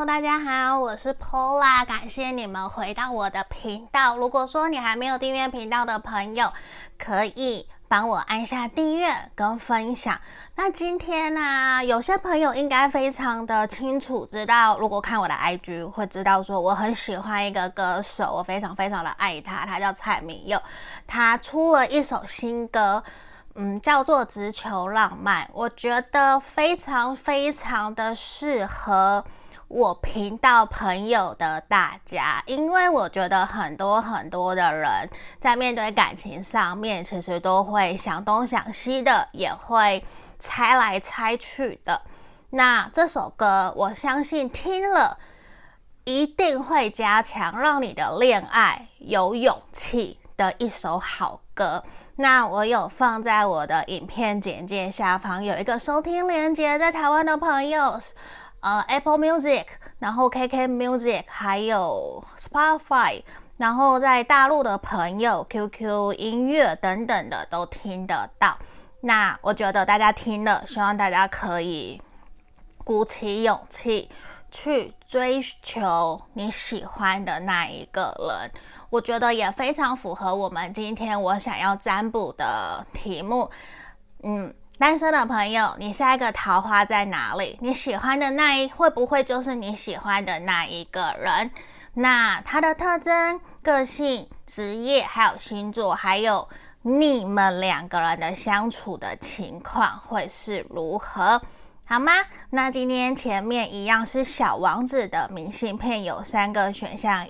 Hello， 大家好，我是 Paula， 感谢你们回到我的频道。如果说你还没有订阅频道的朋友，可以帮我按下订阅跟分享。那今天呢，有些朋友应该非常的清楚知道，如果看我的 IG 会知道说我很喜欢一个歌手，我非常非常的爱他，他叫蔡旻佑，他出了一首新歌。叫做直球浪漫，我觉得非常非常的适合我频道朋友的大家，因为我觉得很多很多的人在面对感情上面，其实都会想东想西的，也会猜来猜去的。那这首歌，我相信听了一定会加强让你的恋爱有勇气的一首好歌。那我有放在我的影片简介下方有一个收听连结，在台湾的朋友Apple Music， 然后 KK Music 还有 Spotify， 然后在大陆的朋友 QQ 音乐等等的都听得到。那我觉得大家听了，希望大家可以鼓起勇气去追求你喜欢的那一个人，我觉得也非常符合我们今天我想要占卜的题目。单身的朋友，你下一个桃花在哪里？你喜欢的会不会就是你喜欢的那一个人？那他的特征、个性、职业，还有星座，还有你们两个人的相处的情况会是如何？好吗？那今天前面一样是小王子的明信片，有3个选项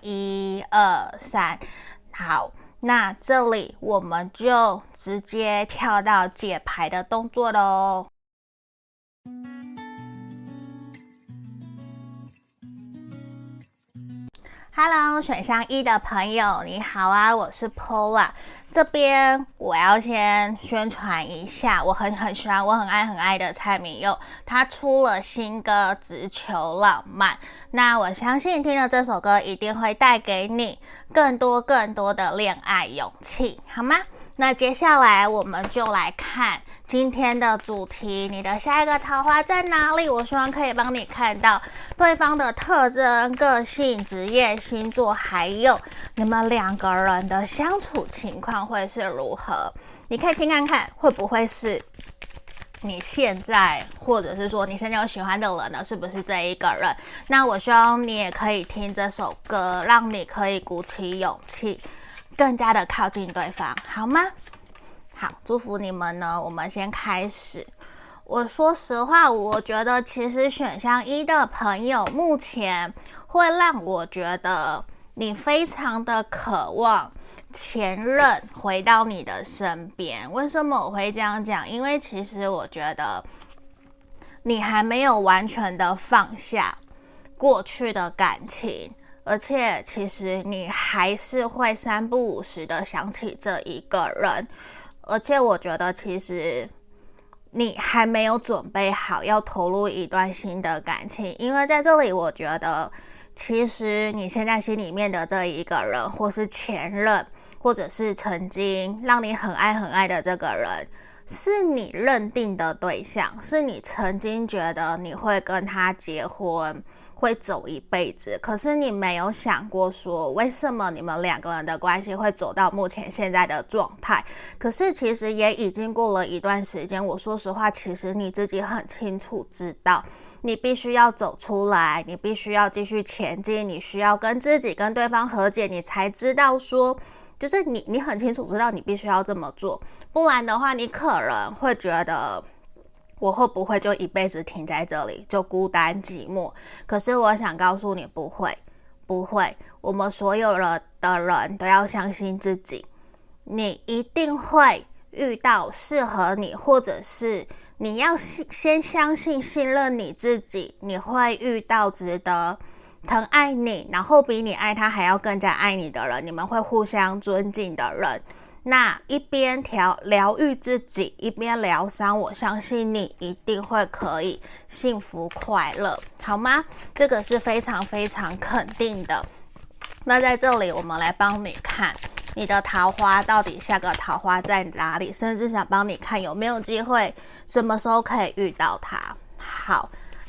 ，1、2、3。好，那这里我们就直接跳到解牌的动作咯。Hello， 选项1的朋友，你好啊，我是 Paula。这边我要先宣传一下，我很喜欢，我很爱的蔡旻佑，他出了新歌《直球浪漫》。那我相信听了这首歌一定会带给你更多的恋爱勇气，好吗？那接下来我们就来看今天的主题，你的下一个桃花在哪里？我希望可以帮你看到对方的特征、个性、职业、星座，还有你们两个人的相处情况会是如何。你可以听看看会不会是你现在，或者是说你现在有喜欢的人呢，是不是这一个人？那我希望你也可以听这首歌，让你可以鼓起勇气更加的靠近对方，好吗？好，祝福你们呢。我们先开始。我说实话，我觉得其实选项1的朋友目前会让我觉得你非常的渴望前任回到你的身边。为什么我会这样讲？因为其实我觉得你还没有完全的放下过去的感情，而且其实你还是会3不5时的想起这一个人，而且我觉得其实你还没有准备好要投入一段新的感情，因为在这里我觉得其实你现在心里面的这一个人，或是前任，或者是曾经让你很爱的这个人，是你认定的对象，是你曾经觉得你会跟他结婚，会走一辈子，可是你没有想过说为什么你们两个人的关系会走到目前现在的状态。可是其实也已经过了一段时间，我说实话，其实你自己很清楚知道你必须要走出来，你必须要继续前进，你需要跟自己跟对方和解，你才知道说就是你很清楚知道你必须要这么做，不然的话你可能会觉得我会不会就一辈子停在这里，就孤单寂寞。可是我想告诉你，不会，我们所有的人都要相信自己，你一定会遇到适合你，或者是你要先相信信任你自己，你会遇到值得疼爱你，然后比你爱他还要更加爱你的人，你们会互相尊敬的人。那一边疗愈自己，一边疗伤，我相信你一定会可以幸福快乐，好吗？这个是非常非常肯定的。那在这里我们来帮你看你的桃花到底下个桃花在哪里，甚至想帮你看有没有机会什么时候可以遇到他。好，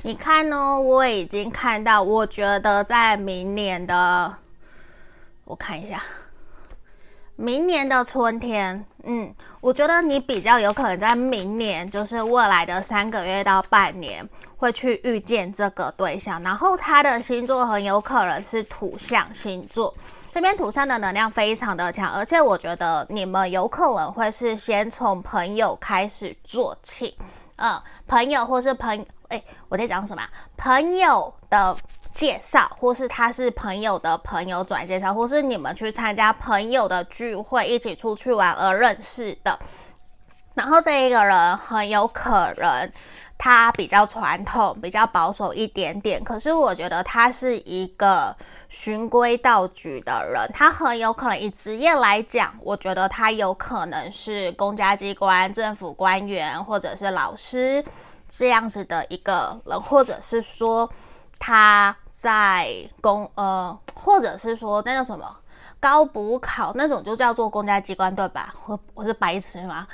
你看哦，我已经看到，我觉得在明年的，我看一下。明年的春天，我觉得你比较有可能在明年，就是未来的3个月到半年，会去遇见这个对象。然后他的星座很有可能是土象星座，这边土象的能量非常的强，而且我觉得你们有可能会是先从朋友开始做起，朋友或是我在讲什么？朋友的介绍，或是他是朋友的朋友转介绍，或是你们去参加朋友的聚会，一起出去玩而认识的。然后这一个人很有可能他比较传统，比较保守一点点，可是我觉得他是一个循规蹈矩的人，他很有可能以职业来讲，我觉得他有可能是公家机关、政府官员或者是老师这样子的一个人，或者是说他在或者是说那叫什么高补考那种，就叫做公家机关，对吧？我是白痴吗？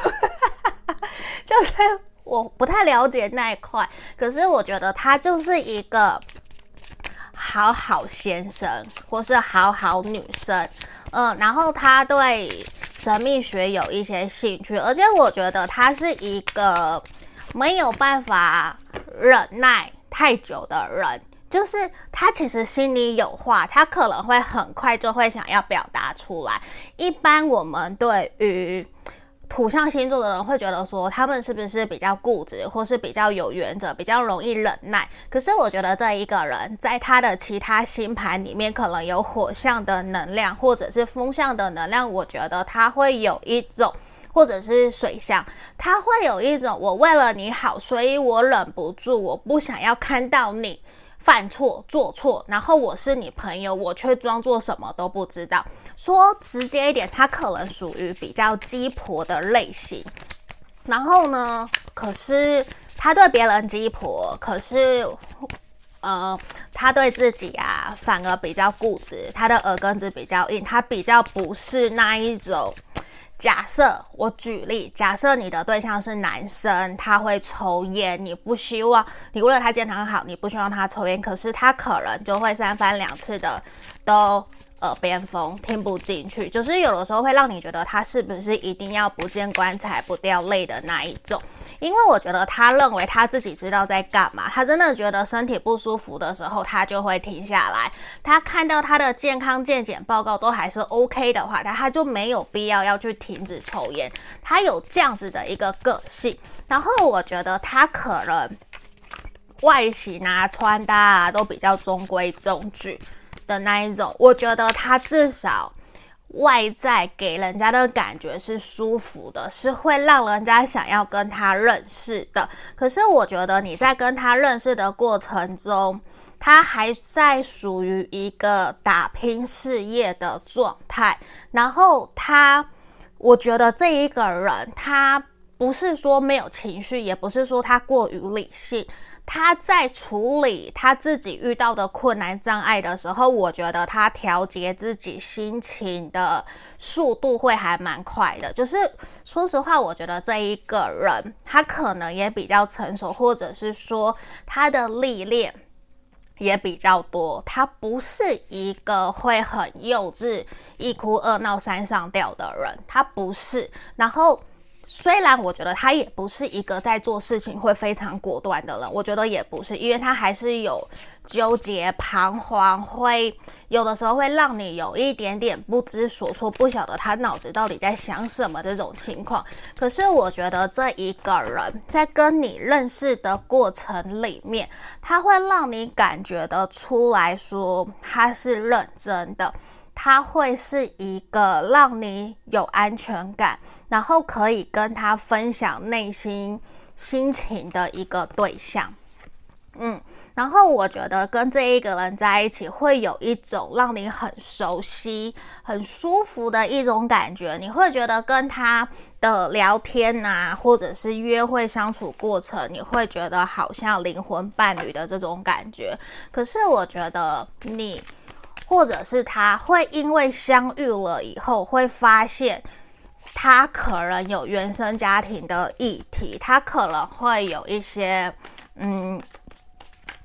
就是我不太了解那一块，可是我觉得他就是一个好好先生或是好好女生，然后他对神秘学有一些兴趣，而且我觉得他是一个没有办法忍耐太久的人，就是他其实心里有话，他可能会很快就会想要表达出来。一般我们对于土象星座的人会觉得说他们是不是比较固执，或是比较有原则，比较容易忍耐，可是我觉得这一个人在他的其他星盘里面可能有火象的能量，或者是风象的能量，我觉得他会有一种，或者是水象，他会有一种我为了你好，所以我忍不住，我不想要看到你犯错做错，然后我是你朋友，我却装作什么都不知道。说直接一点，他可能属于比较鸡婆的类型，然后呢，可是他对别人鸡婆，可是他对自己啊反而比较固执，他的耳根子比较硬，他比较不是那一种。假设我举例，假设你的对象是男生，他会抽烟，你不希望你为了他健康好，你不希望他抽烟，可是他可能就会3番2次的都耳边风，听不进去，就是有的时候会让你觉得他是不是一定要不见棺材不掉泪的那一种。因为我觉得他认为他自己知道在干嘛，他真的觉得身体不舒服的时候，他就会停下来。他看到他的健康健检报告都还是 OK 的话，他就没有必要去停止抽烟。他有这样子的一个个性，然后我觉得他可能外形啊、穿搭啊都比较中规中矩的那一种。我觉得他至少外在给人家的感觉是舒服的，是会让人家想要跟他认识的。可是我觉得你在跟他认识的过程中，他还在属于一个打拼事业的状态。然后我觉得这一个人，他不是说没有情绪，也不是说他过于理性。他在处理他自己遇到的困难障碍的时候，我觉得他调节自己心情的速度会还蛮快的。就是说实话，我觉得这一个人他可能也比较成熟，或者是说他的历练也比较多，他不是一个会很幼稚、一哭二闹三上吊的人，他不是。然后虽然我觉得他也不是一个在做事情会非常果断的人，我觉得也不是，因为他还是有纠结、彷徨，会有的时候会让你有一点点不知所措，不晓得他脑子到底在想什么这种情况。可是我觉得这一个人在跟你认识的过程里面，他会让你感觉得出来说他是认真的，他会是一个让你有安全感，然后可以跟他分享内心心情的一个对象。然后我觉得跟这一个人在一起会有一种让你很熟悉、很舒服的一种感觉，你会觉得跟他的聊天啊，或者是约会相处过程，你会觉得好像灵魂伴侣的这种感觉。可是我觉得你或者是他会因为相遇了以后，会发现他可能有原生家庭的议题，他可能会有一些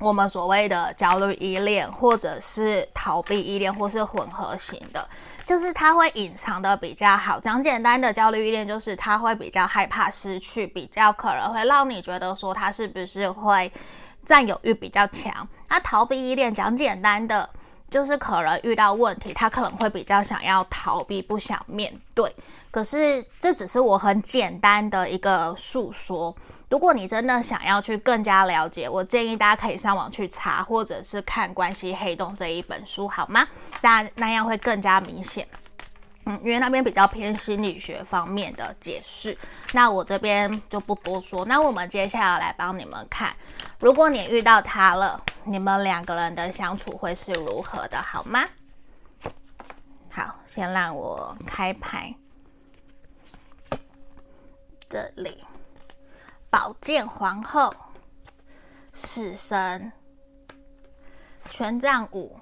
我们所谓的焦虑依恋，或者是逃避依恋，或是混合型的，就是他会隐藏的比较好。讲简单的焦虑依恋，就是他会比较害怕失去，比较可能会让你觉得说他是不是会占有欲比较强。那逃避依恋，讲简单的，就是可能遇到问题，他可能会比较想要逃避，不想面对。可是这只是我很简单的一个述说。如果你真的想要去更加了解，我建议大家可以上网去查，或者是看《关系黑洞》这一本书，好吗？那样会更加明显。因为那边比较偏心理学方面的解释，那我这边就不多说。那我们接下来帮你们看，如果你遇到他了，你们两个人的相处会是如何的，好吗？好，先让我开牌。这里。宝剑皇后、死神、权杖五、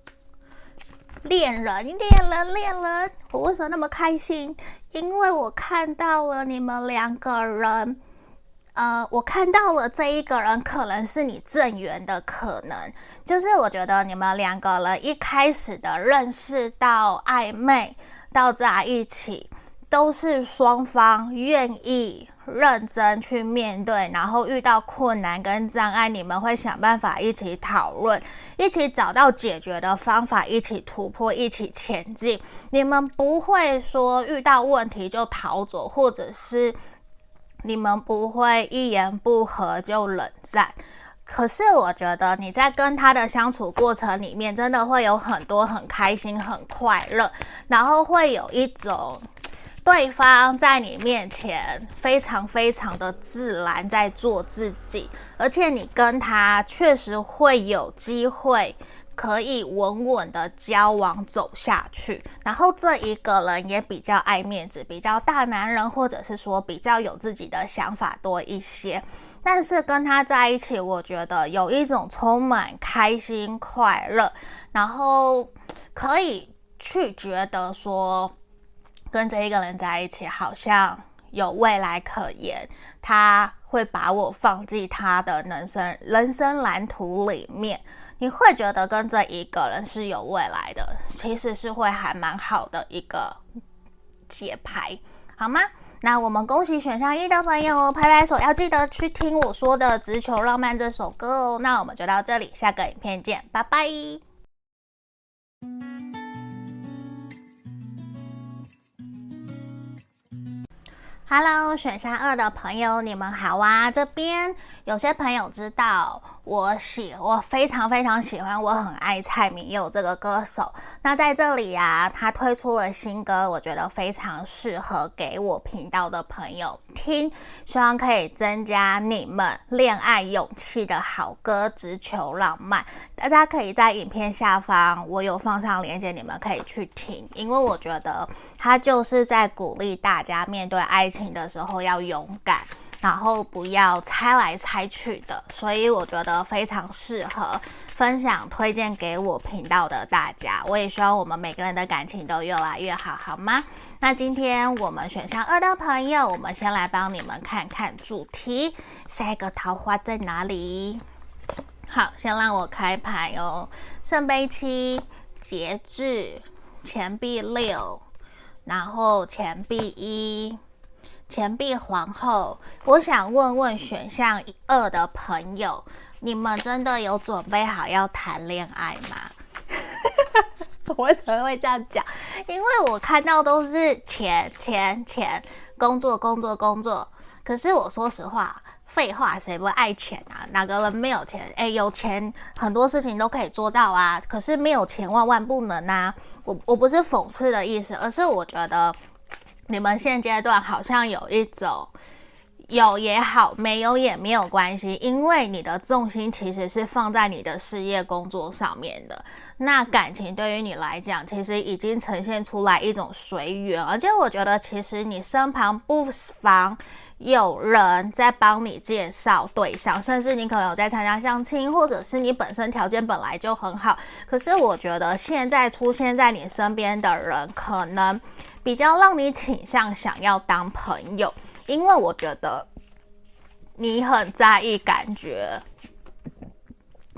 恋人，我为什么那么开心？因为我看到了你们两个人，我看到了这一个人可能是你正缘的可能，就是我觉得你们两个人一开始的认识到暧昧到在一起，都是双方愿意认真去面对，然后遇到困难跟障碍，你们会想办法一起讨论，一起找到解决的方法，一起突破，一起前进。你们不会说遇到问题就逃走，或者是你们不会一言不合就冷战。可是我觉得你在跟他的相处过程里面，真的会有很多很开心、很快乐，然后会有一种对方在你面前非常非常的自然在做自己，而且你跟他确实会有机会可以稳稳的交往走下去。然后这一个人也比较爱面子，比较大男人，或者是说比较有自己的想法多一些。但是跟他在一起，我觉得有一种充满开心快乐，然后可以去觉得说跟这一个人在一起好像有未来可言，他会把我放进他的人生蓝图里面，你会觉得跟这一个人是有未来的，其实是会还蛮好的一个解牌，好吗？那我们恭喜选项1的朋友哦，拍拍手，要记得去听我说的《直球浪漫》这首歌哦。那我们就到这里，下个影片见，拜拜。Hello， 选项2的朋友，你们好啊！这边有些朋友知道我非常非常喜欢，我很爱蔡旻佑这个歌手。那在这里啊，他推出了新歌，我觉得非常适合给我频道的朋友听，希望可以增加你们恋爱勇气的好歌《直球浪漫》。大家可以在影片下方，我有放上链接，你们可以去听，因为我觉得他就是在鼓励大家面对爱情的时候要勇敢，然后不要猜来猜去的，所以我觉得非常适合分享推荐给我频道的大家。我也希望我们每个人的感情都越来越好，好吗？那今天我们选项2的朋友，我们先来帮你们看看主题，下一个桃花在哪里？好，先让我开牌哦。圣杯7、节制、钱币6，然后钱币1。钱币皇后，我想问问选项2的朋友，你们真的有准备好要谈恋爱吗？我为什么会这样讲？因为我看到都是钱，工作。可是我说实话，废话，谁不爱钱啊？哪个人没有钱？有钱很多事情都可以做到啊。可是没有钱万万不能啊！我不是讽刺的意思，而是我觉得你们现阶段好像有一种有也好，没有也没有关系，因为你的重心其实是放在你的事业工作上面的。那感情对于你来讲，其实已经呈现出来一种随缘，而且我觉得其实你身旁不妨有人在帮你介绍对象，甚至你可能有在参加相亲，或者是你本身条件本来就很好，可是我觉得现在出现在你身边的人可能比较让你倾向想要当朋友，因为我觉得你很在意感觉，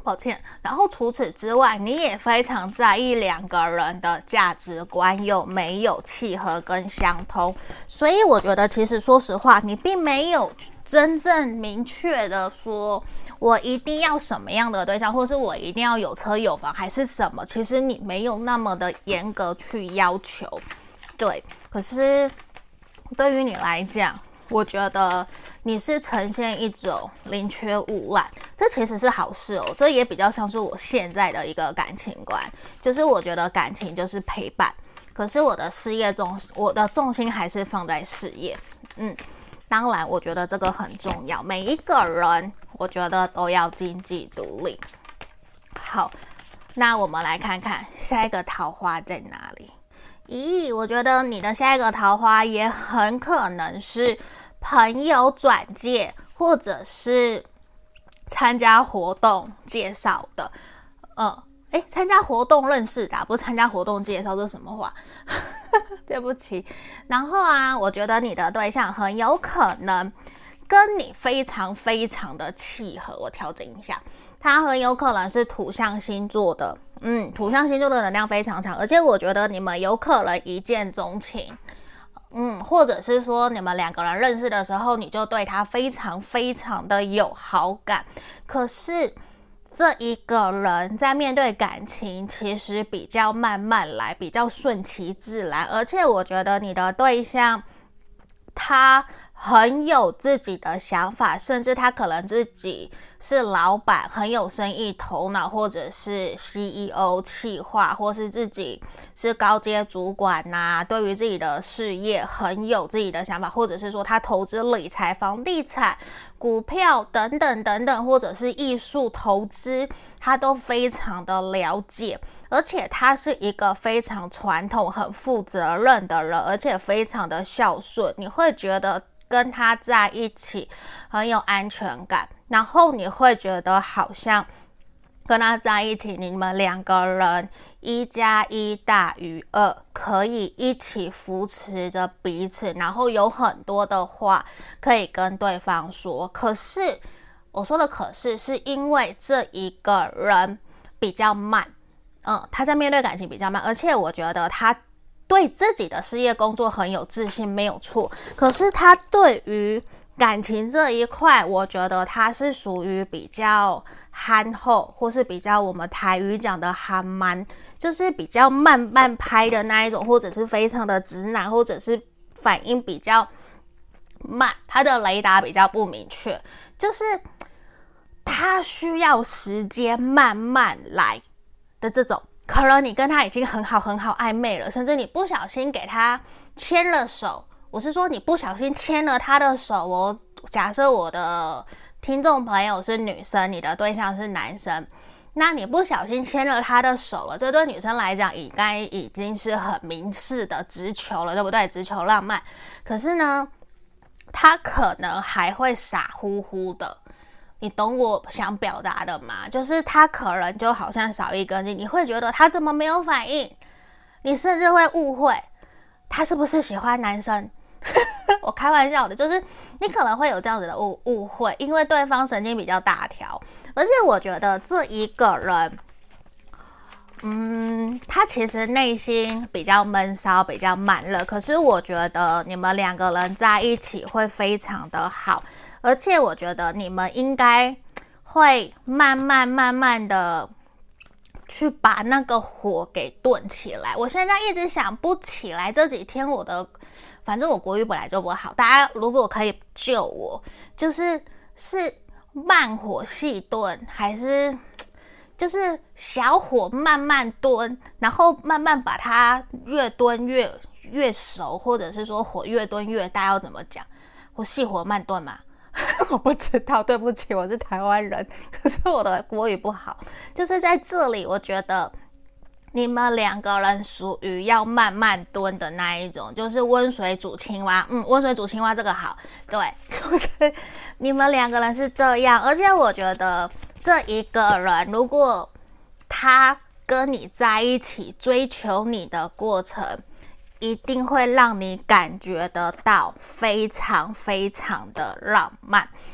抱歉，然后除此之外，你也非常在意两个人的价值观有没有契合跟相通，所以我觉得其实说实话，你并没有真正明确的说我一定要什么样的对象，或是我一定要有车有房还是什么，其实你没有那么的严格去要求，对，可是对于你来讲，我觉得你是呈现一种宁缺毋滥，这其实是好事哦。这也比较像是我现在的一个感情观，就是我觉得感情就是陪伴，可是我的重心还是放在事业。当然我觉得这个很重要，每一个人我觉得都要经济独立。好，那我们来看看下一个桃花在哪里。咦，我觉得你的下一个桃花也很可能是朋友转介，或者是参加活动介绍的。参加活动认识的，不是参加活动介绍，这是什么话？对不起。然后我觉得你的对象很有可能跟你非常非常的契合，我调整一下，他很有可能是土象星座的，土象星座的能量非常强，而且我觉得你们有可能一见钟情，或者是说你们两个人认识的时候，你就对他非常非常的有好感，可是这一个人在面对感情其实比较慢慢来，比较顺其自然，而且我觉得你的对象他很有自己的想法，甚至他可能自己是老板，很有生意头脑，或者是 CEO 企划，或是自己是高阶主管对于自己的事业很有自己的想法，或者是说他投资理财、房地产、股票等等等等，或者是艺术投资，他都非常的了解，而且他是一个非常传统、很负责任的人，而且非常的孝顺，你会觉得跟他在一起很有安全感，然后你会觉得好像跟他在一起，你们两个人1+1=2，可以一起扶持着彼此，然后有很多的话可以跟对方说。可是我说的可是是因为这一个人比较慢，他在面对感情比较慢，而且我觉得他对自己的事业工作很有自信，没有错，可是他对于感情这一块，我觉得他是属于比较憨厚，或是比较我们台语讲的憨慢，就是比较慢慢拍的那一种，或者是非常的直男，或者是反应比较慢，他的雷达比较不明确，就是他需要时间慢慢来的这种。可能你跟他已经很好很好暧昧了，甚至你不小心给他牵了手，我是说你不小心牵了他的手哦。假设我的听众朋友是女生，你的对象是男生，那你不小心牵了他的手了，这对女生来讲应该已经是很明示的直球了，对不对？直球浪漫。可是呢，他可能还会傻乎乎的，你懂我想表达的吗？就是他可能就好像少一根筋，你会觉得他怎么没有反应，你甚至会误会他是不是喜欢男生。我开玩笑的，就是你可能会有这样子的误会，因为对方神经比较大条，而且我觉得这一个人他其实内心比较闷骚，比较慢热，可是我觉得你们两个人在一起会非常的好，而且我觉得你们应该会慢慢的去把那个火给炖起来。我现在一直想不起来，这几天反正我国语本来就不好，大家如果可以救我，是慢火细炖，还是就是小火慢慢炖，然后慢慢把它越炖越熟，或者是说火越炖越大，要怎么讲？我细火慢炖嘛？我不知道，对不起，我是台湾人，可是我的国语不好。就是在这里，我觉得你们两个人属于要慢慢炖的那一种，就是温水煮青蛙。温水煮青蛙这个好，对，就是你们两个人是这样。而且我觉得这一个人，如果他跟你在一起追求你的过程，一定会让你感觉得到非常非常的浪漫，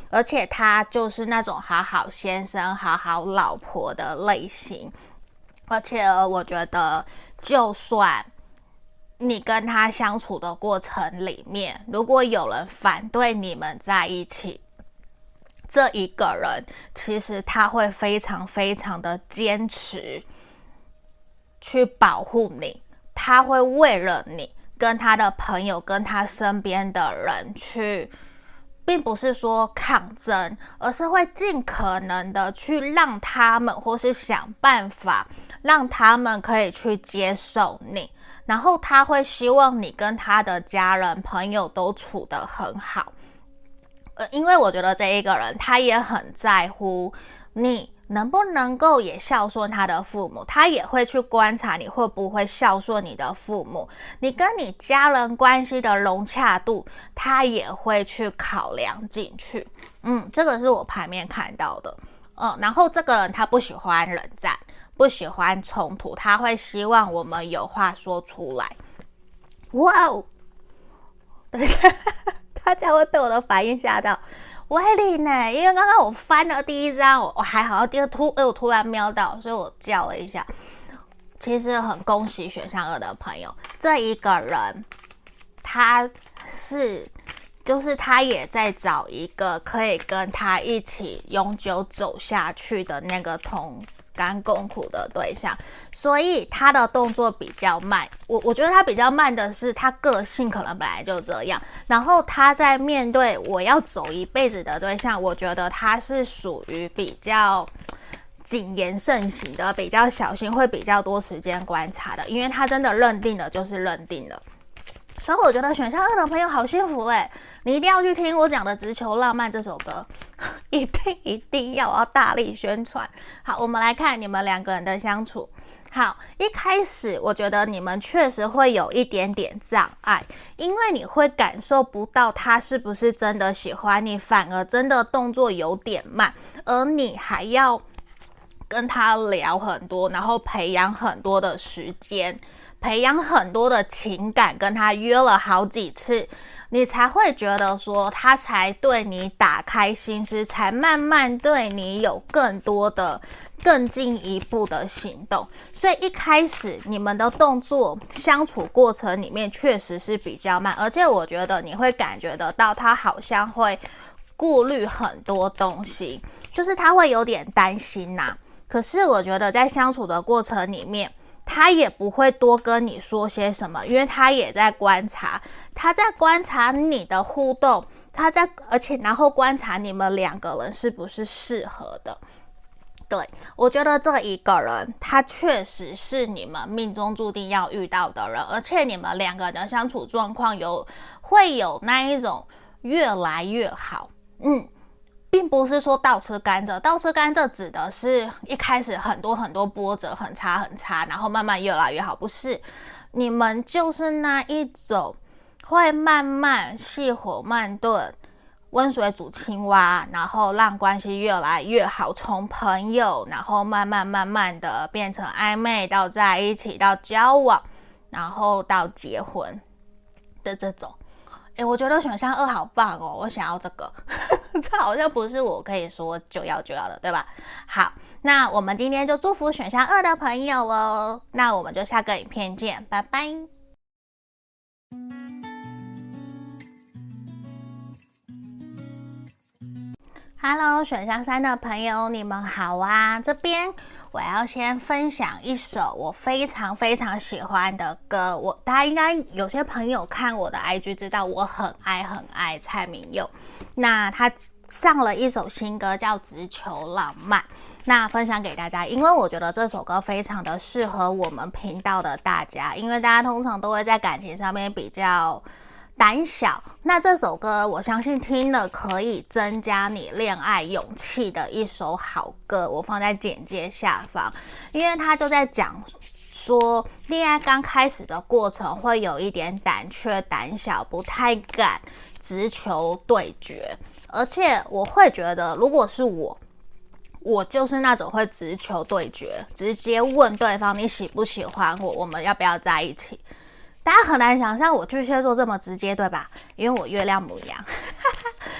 而且他就是那种好好先生、好好老婆的类型。而且我觉得，就算你跟他相处的过程里面，如果有人反对你们在一起，这一个人其实他会非常非常的坚持去保护你，他会为了你跟他的朋友跟他身边的人去，并不是说抗争，而是会尽可能的去让他们，或是想办法让他们可以去接受你，然后他会希望你跟他的家人朋友都处得很好。因为我觉得这一个人他也很在乎你能不能够也孝顺他的父母，他也会去观察你会不会孝顺你的父母，你跟你家人关系的融洽度他也会去考量进去。这个是我牌面看到的。然后这个人他不喜欢冷战，不喜欢冲突，他会希望我们有话说出来。哇哦，等一下大家会被我的反应吓到。威力呢？因为刚刚我翻了第一张，我还好，第二我突然瞄到，所以我叫了一下。其实很恭喜选项2的朋友，这一个人他就是他也在找一个可以跟他一起永久走下去的那个同甘共苦的对象，所以他的动作比较慢。我觉得他比较慢的是他个性可能本来就这样，然后他在面对我要走一辈子的对象，我觉得他是属于比较谨言慎行的，比较小心，会比较多时间观察的，因为他真的认定了就是认定了。所以我觉得选项2的朋友好幸福欸，你一定要去听我讲的《直球浪漫》这首歌，一定要，我要大力宣传。好，我们来看你们2个人的相处。好，一开始我觉得你们确实会有一点点障碍，因为你会感受不到他是不是真的喜欢你，反而真的动作有点慢，而你还要跟他聊很多，然后培养很多的时间，培养很多的情感，跟他约了好几次，你才会觉得说他才对你打开心思，才慢慢对你有更多的更进一步的行动。所以一开始你们的动作相处过程里面确实是比较慢，而且我觉得你会感觉得到他好像会顾虑很多东西，就是他会有点担心呐。可是我觉得在相处的过程里面，他也不会多跟你说些什么，因为他也在观察，他在观察你的互动，而且然后观察你们2个人是不是适合的。对，我觉得这一个人他确实是你们命中注定要遇到的人，而且你们2个人的相处状况会有那一种越来越好。并不是说倒吃甘蔗，倒吃甘蔗指的是一开始很多很多波折，很差，然后慢慢越来越好，不是，你们就是那一种会慢慢细火慢炖，温水煮青蛙，然后让关系越来越好，从朋友，然后慢慢的变成暧昧，到在一起，到交往，然后到结婚的这种。我觉得选项2好棒哦，我想要这个这好像不是我可以说就要的，对吧？好，那我们今天就祝福选项2的朋友哦，那我们就下个影片见，拜拜。Hello， 选项3的朋友，你们好啊！这边我要先分享一首我非常非常喜欢的歌。大家应该有些朋友看我的 IG 知道我很爱蔡旻佑。那他上了一首新歌叫《直球浪漫》，那分享给大家，因为我觉得这首歌非常的适合我们频道的大家，因为大家通常都会在感情上面比较胆小，那这首歌我相信听了可以增加你恋爱勇气的一首好歌，我放在简介下方。因为他就在讲说恋爱刚开始的过程会有一点胆怯胆小，不太敢直球对决，而且我会觉得如果是我就是那种会直球对决，直接问对方你喜不喜欢我，我们要不要在一起。大家很难想象我巨蟹座这么直接，对吧？因为我月亮牡羊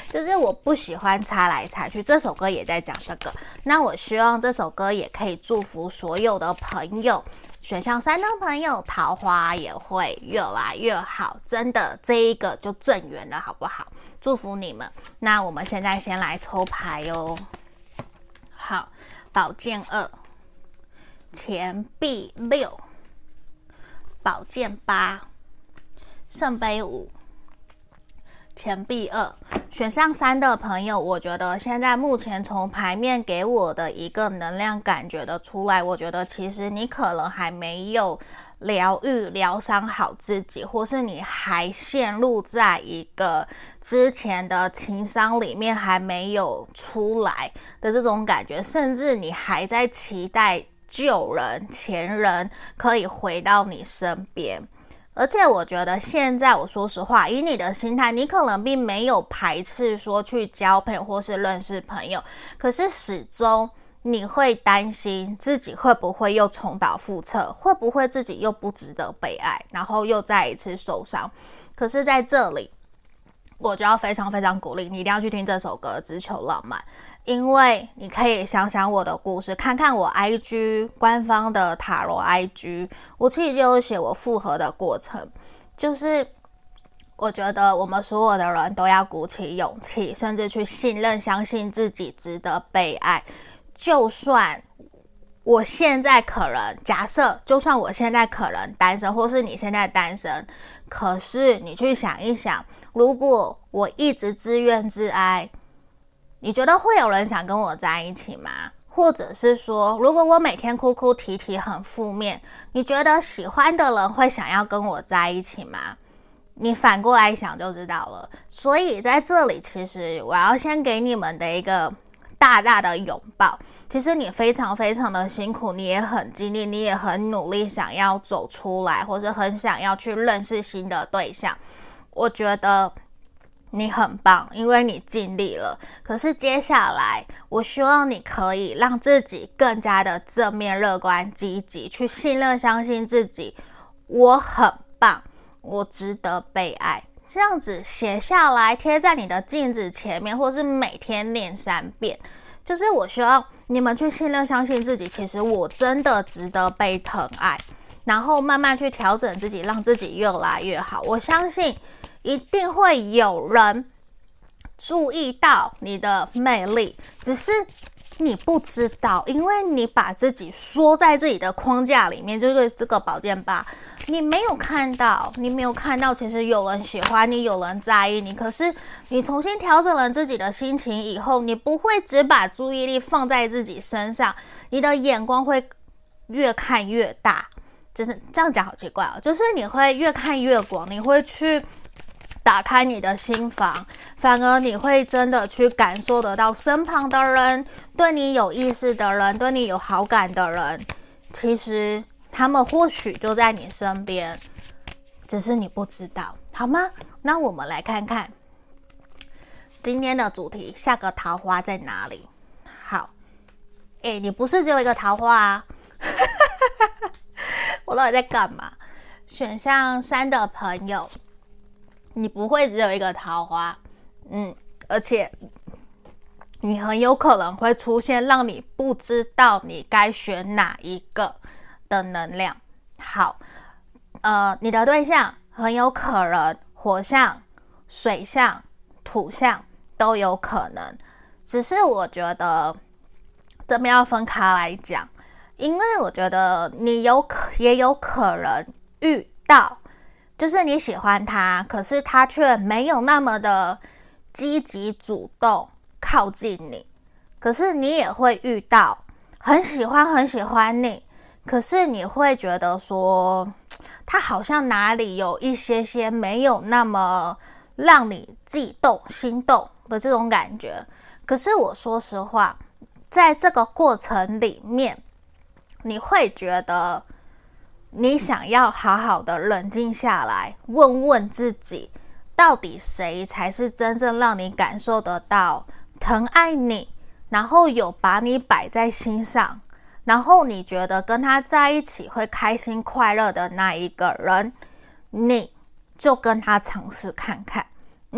就是我不喜欢擦来擦去，这首歌也在讲这个。那我希望这首歌也可以祝福所有的朋友，选项3的朋友，桃花也会越来越好，真的，这一个就正缘了，好不好？祝福你们。那我们现在先来抽牌哦。好，宝剑2，钱币6，宝剑8，圣杯5，钱币2。选项3的朋友，我觉得现在目前从牌面给我的一个能量感觉得出来，我觉得其实你可能还没有疗伤好自己，或是你还陷入在一个之前的情伤里面还没有出来的这种感觉，甚至你还在期待旧人前人可以回到你身边。而且我觉得现在，我说实话，以你的心态，你可能并没有排斥说去交朋友或是认识朋友，可是始终你会担心自己会不会又重蹈覆辙，会不会自己又不值得被爱，然后又再一次受伤。可是在这里，我就要非常非常鼓励你，一定要去听这首歌《只求浪漫》，因为你可以想想我的故事，看看我 IG 官方的塔罗 IG， 我其实就有写我复合的过程。就是我觉得我们所有的人都要鼓起勇气，甚至去信任相信自己值得被爱。就算我现在可能假设，就算我现在可能单身，或是你现在单身，可是你去想一想，如果我一直自怨自哀，你觉得会有人想跟我在一起吗？或者是说，如果我每天哭哭啼啼很负面，你觉得喜欢的人会想要跟我在一起吗？你反过来想就知道了。所以在这里，其实我要先给你们的一个大大的拥抱。其实你非常非常的辛苦，你也很尽力，你也很努力想要走出来，或是很想要去认识新的对象。我觉得你很棒，因为你尽力了。可是接下来，我希望你可以让自己更加的正面、乐观、积极，去信任、相信自己。我很棒，我值得被爱。这样子写下来，贴在你的镜子前面，或是每天念3遍。就是我希望你们去信任、相信自己，其实我真的值得被疼爱，然后慢慢去调整自己，让自己越来越好。我相信一定会有人注意到你的魅力，只是你不知道，因为你把自己缩在自己的框架里面，就是这个宝剑8，你没有看到，其实有人喜欢你，有人在意你。可是你重新调整了自己的心情以后，你不会只把注意力放在自己身上，你的眼光会越看越大。就是这样讲好奇怪哦，就是你会越看越广，你会去打开你的心房，反而你会真的去感受得到身旁的人，对你有意识的人，对你有好感的人，其实他们或许就在你身边，只是你不知道，好吗？那我们来看看今天的主题，下个桃花在哪里？好，你不是只有一个桃花啊？我到底在干嘛？选项3的朋友，你不会只有一个桃花，而且你很有可能会出现让你不知道你该选哪一个的能量。好，你的对象很有可能火象、水象、土象都有可能，只是我觉得这边要分开来讲，因为我觉得你也有可能遇到，就是你喜欢他，可是他却没有那么的积极主动靠近你，可是你也会遇到很喜欢你，可是你会觉得说他好像哪里有一些没有那么让你悸动心动的这种感觉。可是我说实话，在这个过程里面，你会觉得你想要好好的冷静下来，问问自己，到底谁才是真正让你感受得到疼爱你，然后有把你摆在心上，然后你觉得跟他在一起会开心快乐的那一个人，你就跟他尝试看看。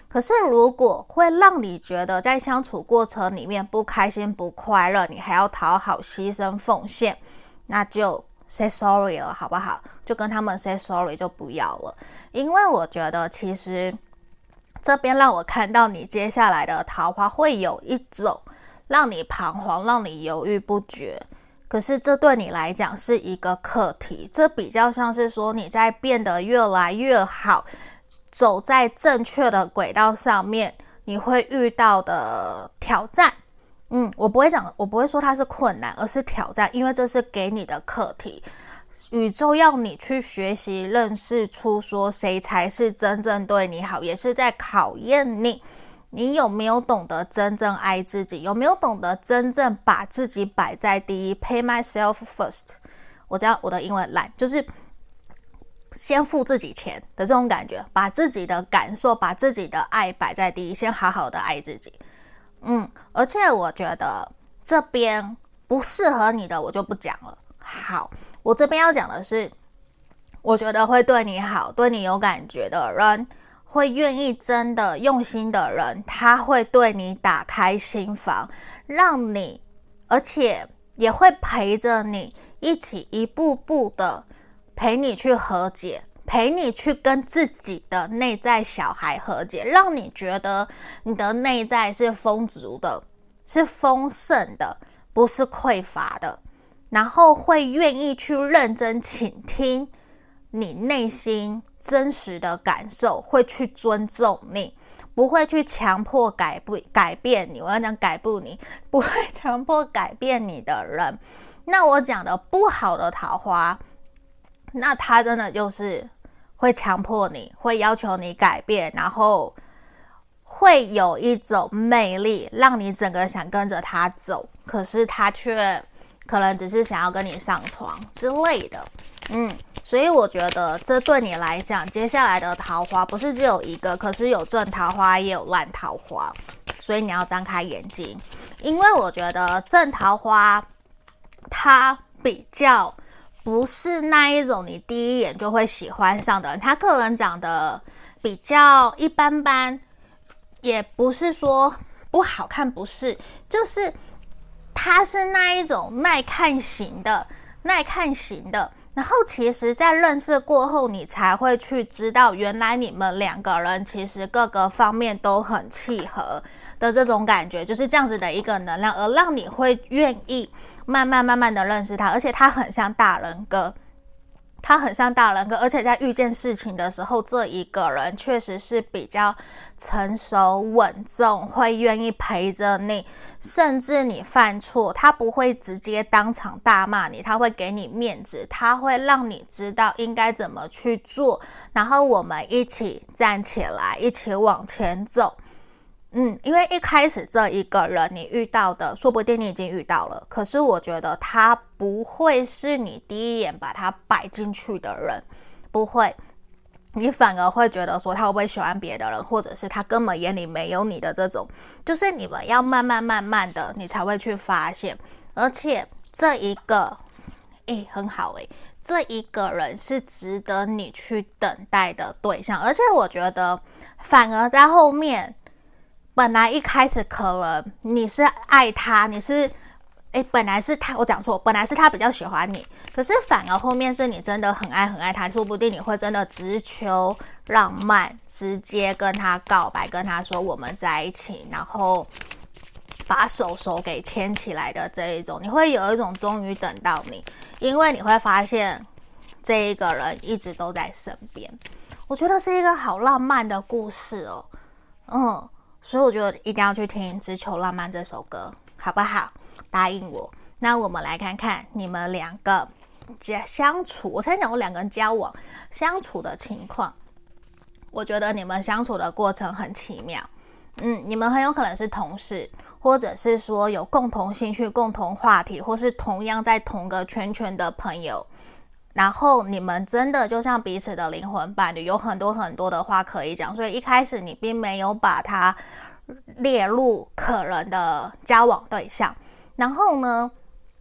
可是如果会让你觉得在相处过程里面不开心不快乐，你还要讨好牺牲奉献，那就 say sorry 了好不好？就跟他们 say sorry 就不要了。因为我觉得其实这边让我看到你接下来的桃花会有一种让你彷徨，让你犹豫不决，可是这对你来讲是一个课题，这比较像是说你在变得越来越好，走在正确的轨道上面，你会遇到的挑战。我不会说它是困难，而是挑战，因为这是给你的课题。宇宙要你去学习认识出说谁才是真正对你好，也是在考验你有没有懂得真正爱自己，有没有懂得真正把自己摆在第一 Pay myself first。 我知道我的英文烂，就是先付自己钱的这种感觉，把自己的感受把自己的爱摆在第一，先好好的爱自己。而且我觉得这边不适合你的我就不讲了。好，我这边要讲的是，我觉得会对你好，对你有感觉的人，会愿意真的用心的人，他会对你打开心房，让你，而且也会陪着你一起一步步的陪你去和解，陪你去跟自己的内在小孩和解，让你觉得你的内在是丰足的，是丰盛的，不是匮乏的。然后会愿意去认真倾听你内心真实的感受，会去尊重你，不会去强迫改变你。我要讲改不你，不会强迫改变你的人。那我讲的不好的桃花，那他真的就是会强迫你，会要求你改变，然后会有一种魅力，让你整个想跟着他走，可是他却可能只是想要跟你上床之类的。所以我觉得这对你来讲，接下来的桃花不是只有一个，可是有正桃花也有烂桃花，所以你要张开眼睛。因为我觉得正桃花它比较不是那一种你第一眼就会喜欢上的人，他可能长得比较一般般，也不是说不好看，不是，就是他是那一种耐看型的。然后其实在认识过后，你才会去知道原来你们两个人其实各个方面都很契合的这种感觉，就是这样子的一个能量，而让你会愿意慢慢的认识他。而且他很像大人哥，而且在遇见事情的时候，这一个人确实是比较成熟稳重，会愿意陪着你，甚至你犯错，他不会直接当场大骂你，他会给你面子，他会让你知道应该怎么去做，然后我们一起站起来，一起往前走。因为一开始这一个人你遇到的，说不定你已经遇到了，可是我觉得他不会是你第一眼把他摆进去的人，不会，你反而会觉得说他会不会喜欢别的人，或者是他根本眼里没有你的这种，就是你们要慢慢的你才会去发现。而且这一个很好这一个人是值得你去等待的对象。而且我觉得反而在后面，本来一开始可能你是爱他，你是本来是他，我讲错，本来是他比较喜欢你，可是反而后面是你真的很爱他，说不定你会真的直求浪漫，直接跟他告白，跟他说我们在一起，然后把手给牵起来的这一种，你会有一种终于等到你，因为你会发现这一个人一直都在身边。我觉得是一个好浪漫的故事哦。所以我觉得一定要去听《只求浪漫》这首歌，好不好？答应我。那我们来看看你们两个相处，我才讲过两个人交往相处的情况。我觉得你们相处的过程很奇妙。你们很有可能是同事，或者是说有共同兴趣、共同话题，或是同样在同个圈的朋友。然后你们真的就像彼此的灵魂伴侣，有很多的话可以讲，所以一开始你并没有把它列入可能的交往对象。然后呢，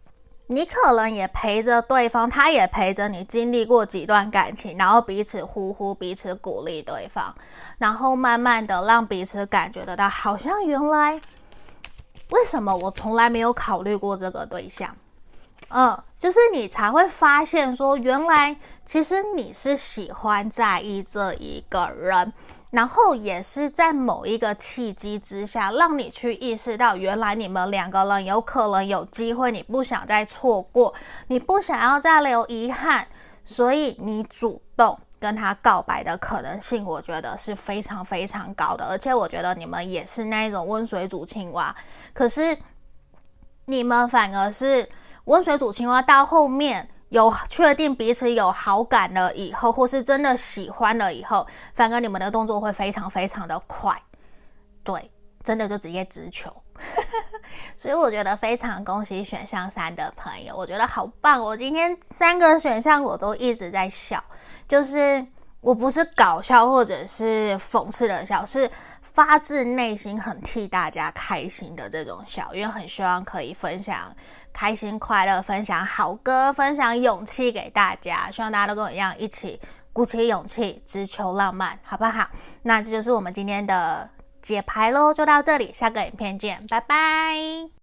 你可能也陪着对方，他也陪着你经历过几段感情，然后彼此呼呼，彼此鼓励对方，然后慢慢的让彼此感觉得到，好像原来为什么我从来没有考虑过这个对象。就是你才会发现说，原来其实你是喜欢在意这一个人，然后也是在某一个契机之下，让你去意识到，原来你们两个人有可能有机会，你不想再错过，你不想要再留遗憾，所以你主动跟他告白的可能性，我觉得是非常非常高的。而且我觉得你们也是那一种温水煮青蛙，可是你们反而是温水煮青蛙到后面有确定彼此有好感了以后，或是真的喜欢了以后，反而你们的动作会非常非常的快，对，真的就直接直球。所以我觉得非常恭喜选项3的朋友，我觉得好棒。我今天3个选项我都一直在笑，就是我不是搞笑或者是讽刺的笑，是发自内心很替大家开心的这种笑，因为很希望可以分享开心快乐，分享好歌，分享勇气给大家，希望大家都跟我一样一起鼓起勇气，直球浪漫，好不好？那这就是我们今天的解牌咯，就到这里，下个影片见，拜拜。